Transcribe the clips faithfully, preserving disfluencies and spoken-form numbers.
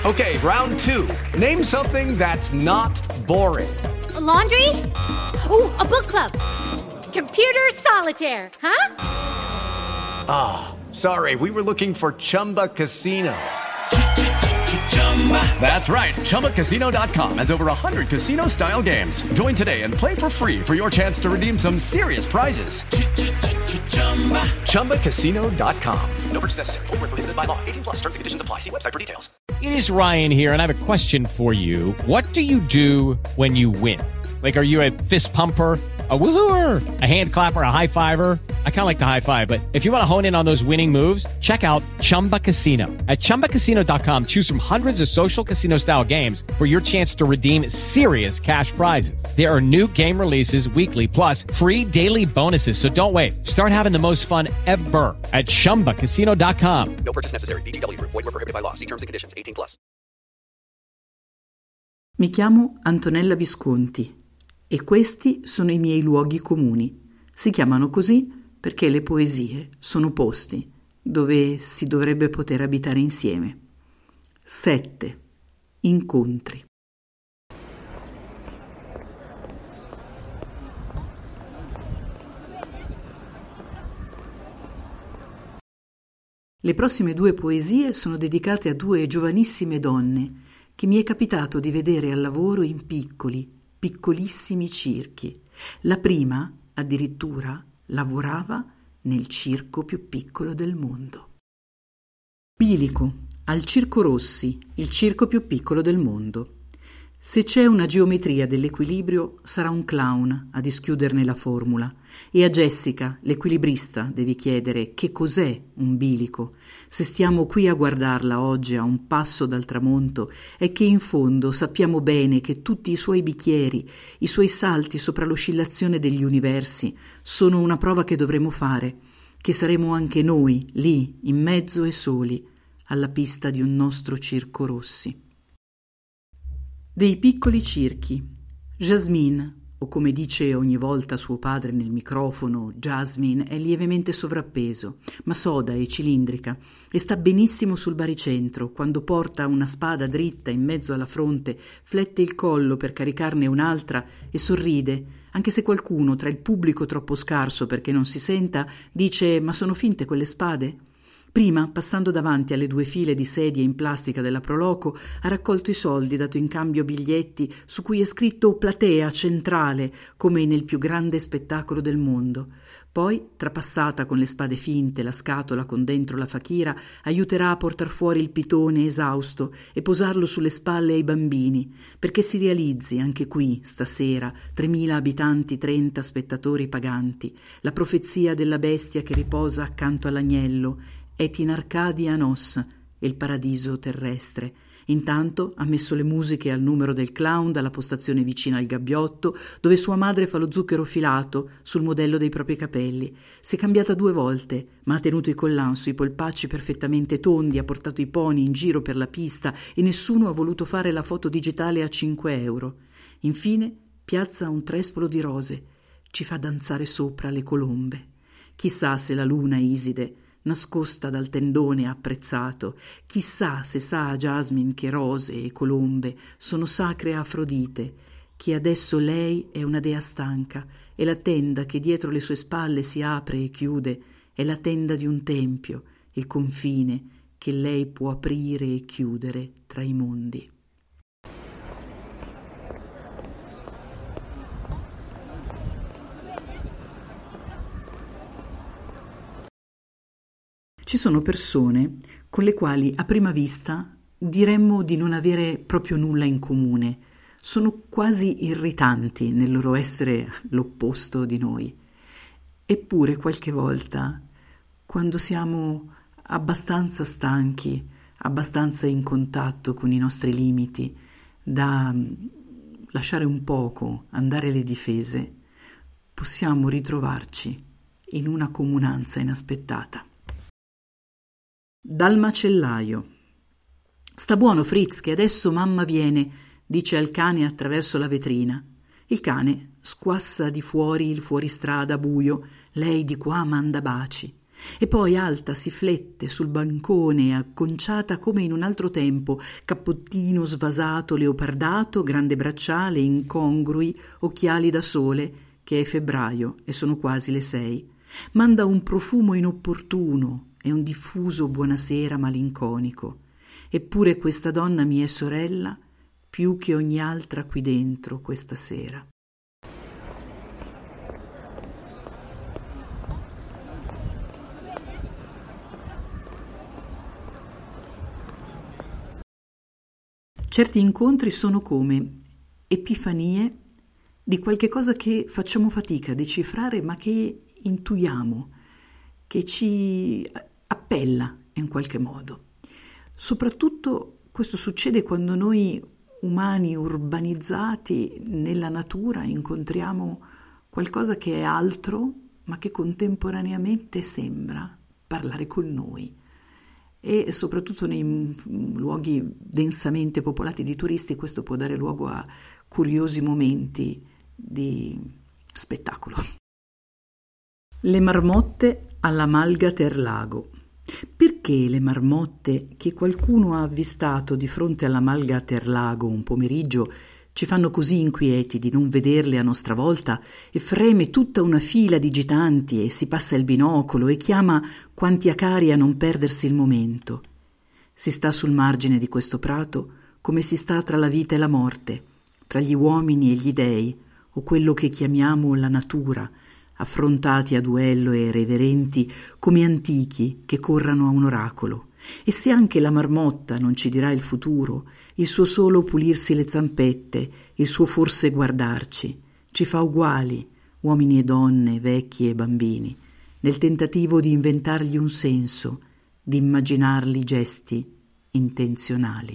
Okay, round two. Name something that's not boring. A laundry? Ooh, a book club. Computer solitaire, huh? Ah, oh, sorry, we were looking for Chumba Casino. That's right, Chumba Casino dot com has over one hundred casino-style games. Join today and play for free for your chance to redeem some serious prizes. Chumba Casino dot com. No purchase necessary. Void where prohibited by law. eighteen plus terms and conditions apply. See website for details. It is Ryan here, and I have a question for you. What do you do when you win? Like, are you a fist pumper, a woohooer, a hand clapper, a high fiver? I kind of like the high five, but if you want to hone in on those winning moves, check out Chumba Casino. At Chumba Casino dot com, choose from hundreds of social casino-style games for your chance to redeem serious cash prizes. There are new game releases weekly, plus free daily bonuses, so don't wait. Start having the most fun ever at Chumba Casino dot com. No purchase necessary. V G W. Void where prohibited by law. See terms and conditions. eighteen plus. Mi chiamo Antonella Visconti e questi sono i miei luoghi comuni. Si chiamano così perché le poesie sono posti dove si dovrebbe poter abitare insieme. Sette incontri. Le prossime due poesie sono dedicate a due giovanissime donne che mi è capitato di vedere al lavoro in piccoli, piccolissimi circhi. La prima, addirittura, lavorava nel circo più piccolo del mondo. Bilico, al Circo Rossi, il circo più piccolo del mondo. Se c'è una geometria dell'equilibrio, sarà un clown a dischiuderne la formula. E a Jessica, l'equilibrista, devi chiedere che cos'è un bilico. Se stiamo qui a guardarla oggi a un passo dal tramonto, è che in fondo sappiamo bene che tutti i suoi bicchieri, i suoi salti sopra l'oscillazione degli universi, sono una prova che dovremo fare, che saremo anche noi, lì, in mezzo e soli, alla pista di un nostro Circo Rossi. Dei piccoli circhi. Jasmine, o come dice ogni volta suo padre nel microfono, Jasmine è lievemente sovrappeso, ma soda e cilindrica, e sta benissimo sul baricentro. Quando porta una spada dritta in mezzo alla fronte, flette il collo per caricarne un'altra e sorride, anche se qualcuno tra il pubblico troppo scarso perché non si senta dice: ma sono finte quelle spade? Prima, passando davanti alle due file di sedie in plastica della Proloco, ha raccolto i soldi, dato in cambio biglietti su cui è scritto Platea Centrale, come nel più grande spettacolo del mondo. Poi, trapassata con le spade finte, la scatola con dentro la fakira, aiuterà a portar fuori il pitone esausto e posarlo sulle spalle ai bambini, perché si realizzi anche qui, stasera, tremila abitanti, trenta spettatori paganti, la profezia della bestia che riposa accanto all'agnello, et in Arcadia nos, il paradiso terrestre. Intanto ha messo le musiche al numero del clown dalla postazione vicina al gabbiotto, dove sua madre fa lo zucchero filato sul modello dei propri capelli. Si è cambiata due volte, ma ha tenuto i collant sui polpacci perfettamente tondi, ha portato i pony in giro per la pista e nessuno ha voluto fare la foto digitale a cinque euro. Infine piazza un trespolo di rose, ci fa danzare sopra le colombe. Chissà se la luna Iside, nascosta dal tendone apprezzato, chissà se sa a Jasmine che rose e colombe sono sacre a Afrodite, che adesso lei è una dea stanca e la tenda che dietro le sue spalle si apre e chiude è la tenda di un tempio, il confine che lei può aprire e chiudere tra i mondi. Ci sono persone con le quali a prima vista diremmo di non avere proprio nulla in comune. Sono quasi irritanti nel loro essere l'opposto di noi. Eppure qualche volta, quando siamo abbastanza stanchi, abbastanza in contatto con i nostri limiti, da lasciare un poco andare le difese, possiamo ritrovarci in una comunanza inaspettata. Dal macellaio. Sta buono, Fritz, che adesso mamma viene, dice al cane attraverso la vetrina. Il cane squassa di fuori il fuoristrada buio, lei di qua manda baci. E poi alta si flette sul bancone, acconciata come in un altro tempo, cappottino svasato, leopardato, grande bracciale, incongrui, occhiali da sole, che è febbraio e sono quasi le sei. Manda un profumo inopportuno e un diffuso buonasera malinconico. Eppure questa donna mi è sorella più che ogni altra qui dentro questa sera. Certi incontri sono come epifanie di qualche cosa che facciamo fatica a decifrare, ma che intuiamo, che ci appella in qualche modo. Soprattutto questo succede quando noi umani urbanizzati nella natura incontriamo qualcosa che è altro, ma che contemporaneamente sembra parlare con noi. E soprattutto nei luoghi densamente popolati di turisti questo può dare luogo a curiosi momenti di spettacolo. Le marmotte alla Malga Terlago. Perché le marmotte che qualcuno ha avvistato di fronte alla Malga Terlago un pomeriggio ci fanno così inquieti di non vederle a nostra volta e freme tutta una fila di gitanti e si passa il binocolo e chiama quanti acari a non perdersi il momento? Si sta sul margine di questo prato come si sta tra la vita e la morte, tra gli uomini e gli dei, o quello che chiamiamo la natura, affrontati a duello e reverenti come antichi che corrano a un oracolo. E se anche la marmotta non ci dirà il futuro, il suo solo pulirsi le zampette, il suo forse guardarci, ci fa uguali, uomini e donne, vecchi e bambini, nel tentativo di inventargli un senso, di immaginarli gesti intenzionali.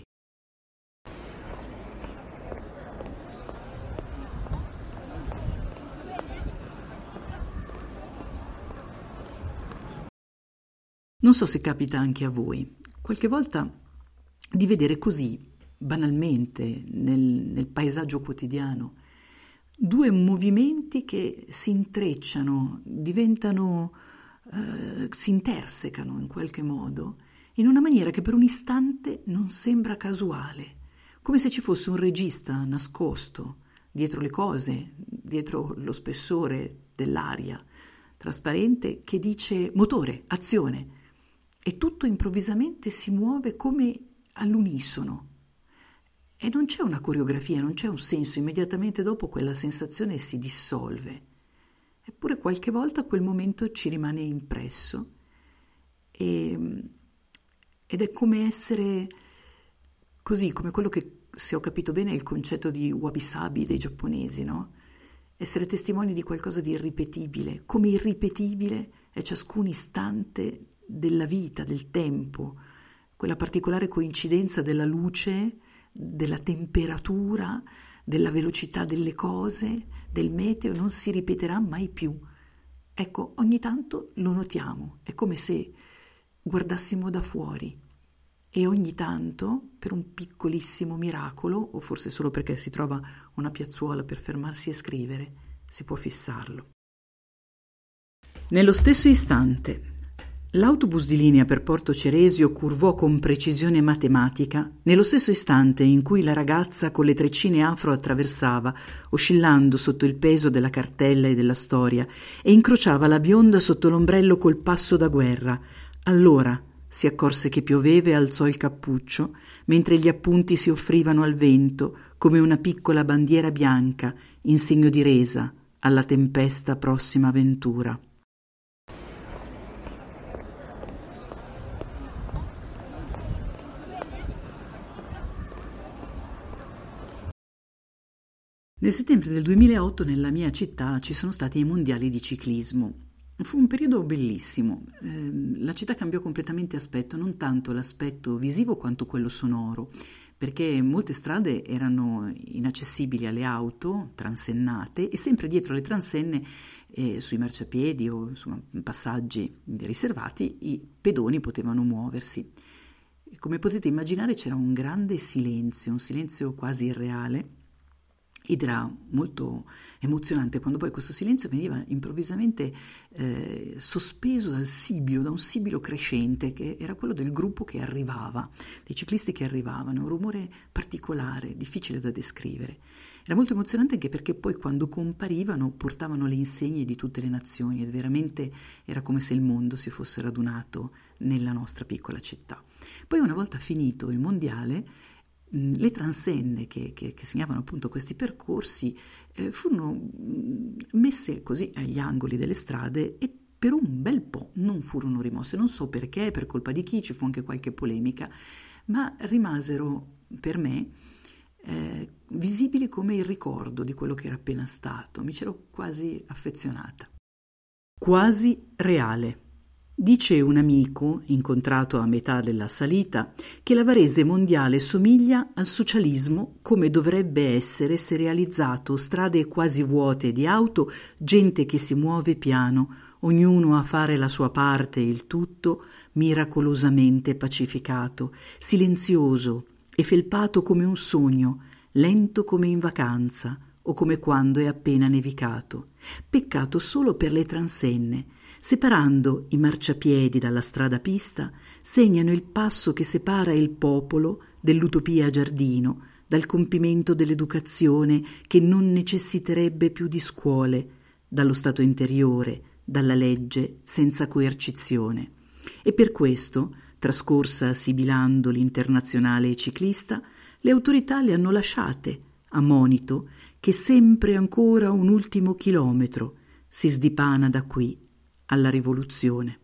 Non so se capita anche a voi, qualche volta, di vedere così, banalmente, nel, nel paesaggio quotidiano, due movimenti che si intrecciano, diventano, eh, si intersecano in qualche modo, in una maniera che per un istante non sembra casuale, come se ci fosse un regista nascosto dietro le cose, dietro lo spessore dell'aria trasparente che dice motore, azione. E tutto improvvisamente si muove come all'unisono. E non c'è una coreografia, non c'è un senso, immediatamente dopo quella sensazione si dissolve. Eppure qualche volta quel momento ci rimane impresso e, ed è come essere così, come quello che, se ho capito bene, è il concetto di wabi-sabi dei giapponesi, no? Essere testimoni di qualcosa di irripetibile, come irripetibile è ciascun istante della vita, del tempo, quella particolare coincidenza della luce, della temperatura, della velocità delle cose, del meteo, non si ripeterà mai più. Ecco, ogni tanto lo notiamo, è come se guardassimo da fuori e ogni tanto, per un piccolissimo miracolo, o forse solo perché si trova una piazzuola per fermarsi e scrivere, si può fissarlo. Nello stesso istante, l'autobus di linea per Porto Ceresio curvò con precisione matematica nello stesso istante in cui la ragazza con le treccine afro attraversava, oscillando sotto il peso della cartella e della storia, e incrociava la bionda sotto l'ombrello col passo da guerra. Allora si accorse che pioveva e alzò il cappuccio, mentre gli appunti si offrivano al vento come una piccola bandiera bianca in segno di resa alla tempesta prossima ventura. Nel settembre del duemilaotto nella mia città ci sono stati i mondiali di ciclismo. Fu un periodo bellissimo. Eh, la città cambiò completamente aspetto, non tanto l'aspetto visivo quanto quello sonoro, perché molte strade erano inaccessibili alle auto, transennate, e sempre dietro le transenne, eh, sui marciapiedi o su passaggi riservati, i pedoni potevano muoversi. Come potete immaginare c'era un grande silenzio, un silenzio quasi irreale, Ed era molto emozionante quando poi questo silenzio veniva improvvisamente eh, sospeso dal sibilo, da un sibilo crescente, che era quello del gruppo che arrivava, dei ciclisti che arrivavano, un rumore particolare, difficile da descrivere. Era molto emozionante anche perché poi quando comparivano portavano le insegne di tutte le nazioni ed veramente era come se il mondo si fosse radunato nella nostra piccola città. Poi una volta finito il mondiale, le transenne che, che, che segnavano appunto questi percorsi eh, furono messe così agli angoli delle strade e per un bel po' non furono rimosse. Non so perché, per colpa di chi, ci fu anche qualche polemica, ma rimasero per me eh, visibili come il ricordo di quello che era appena stato. Mi c'ero quasi affezionata. Quasi reale. Dice un amico, incontrato a metà della salita, che la Varese mondiale somiglia al socialismo come dovrebbe essere se realizzato strade quasi vuote di auto, gente che si muove piano, ognuno a fare la sua parte, il tutto miracolosamente pacificato, silenzioso e felpato come un sogno, lento come in vacanza o come quando è appena nevicato. Peccato solo per le transenne. Separando i marciapiedi dalla strada pista, segnano il passo che separa il popolo dell'utopia giardino, dal compimento dell'educazione che non necessiterebbe più di scuole, dallo stato interiore, dalla legge senza coercizione. E per questo, trascorsa sibilando l'internazionale ciclista, le autorità le hanno lasciate, a monito che sempre ancora un ultimo chilometro si sdipana da qui alla rivoluzione.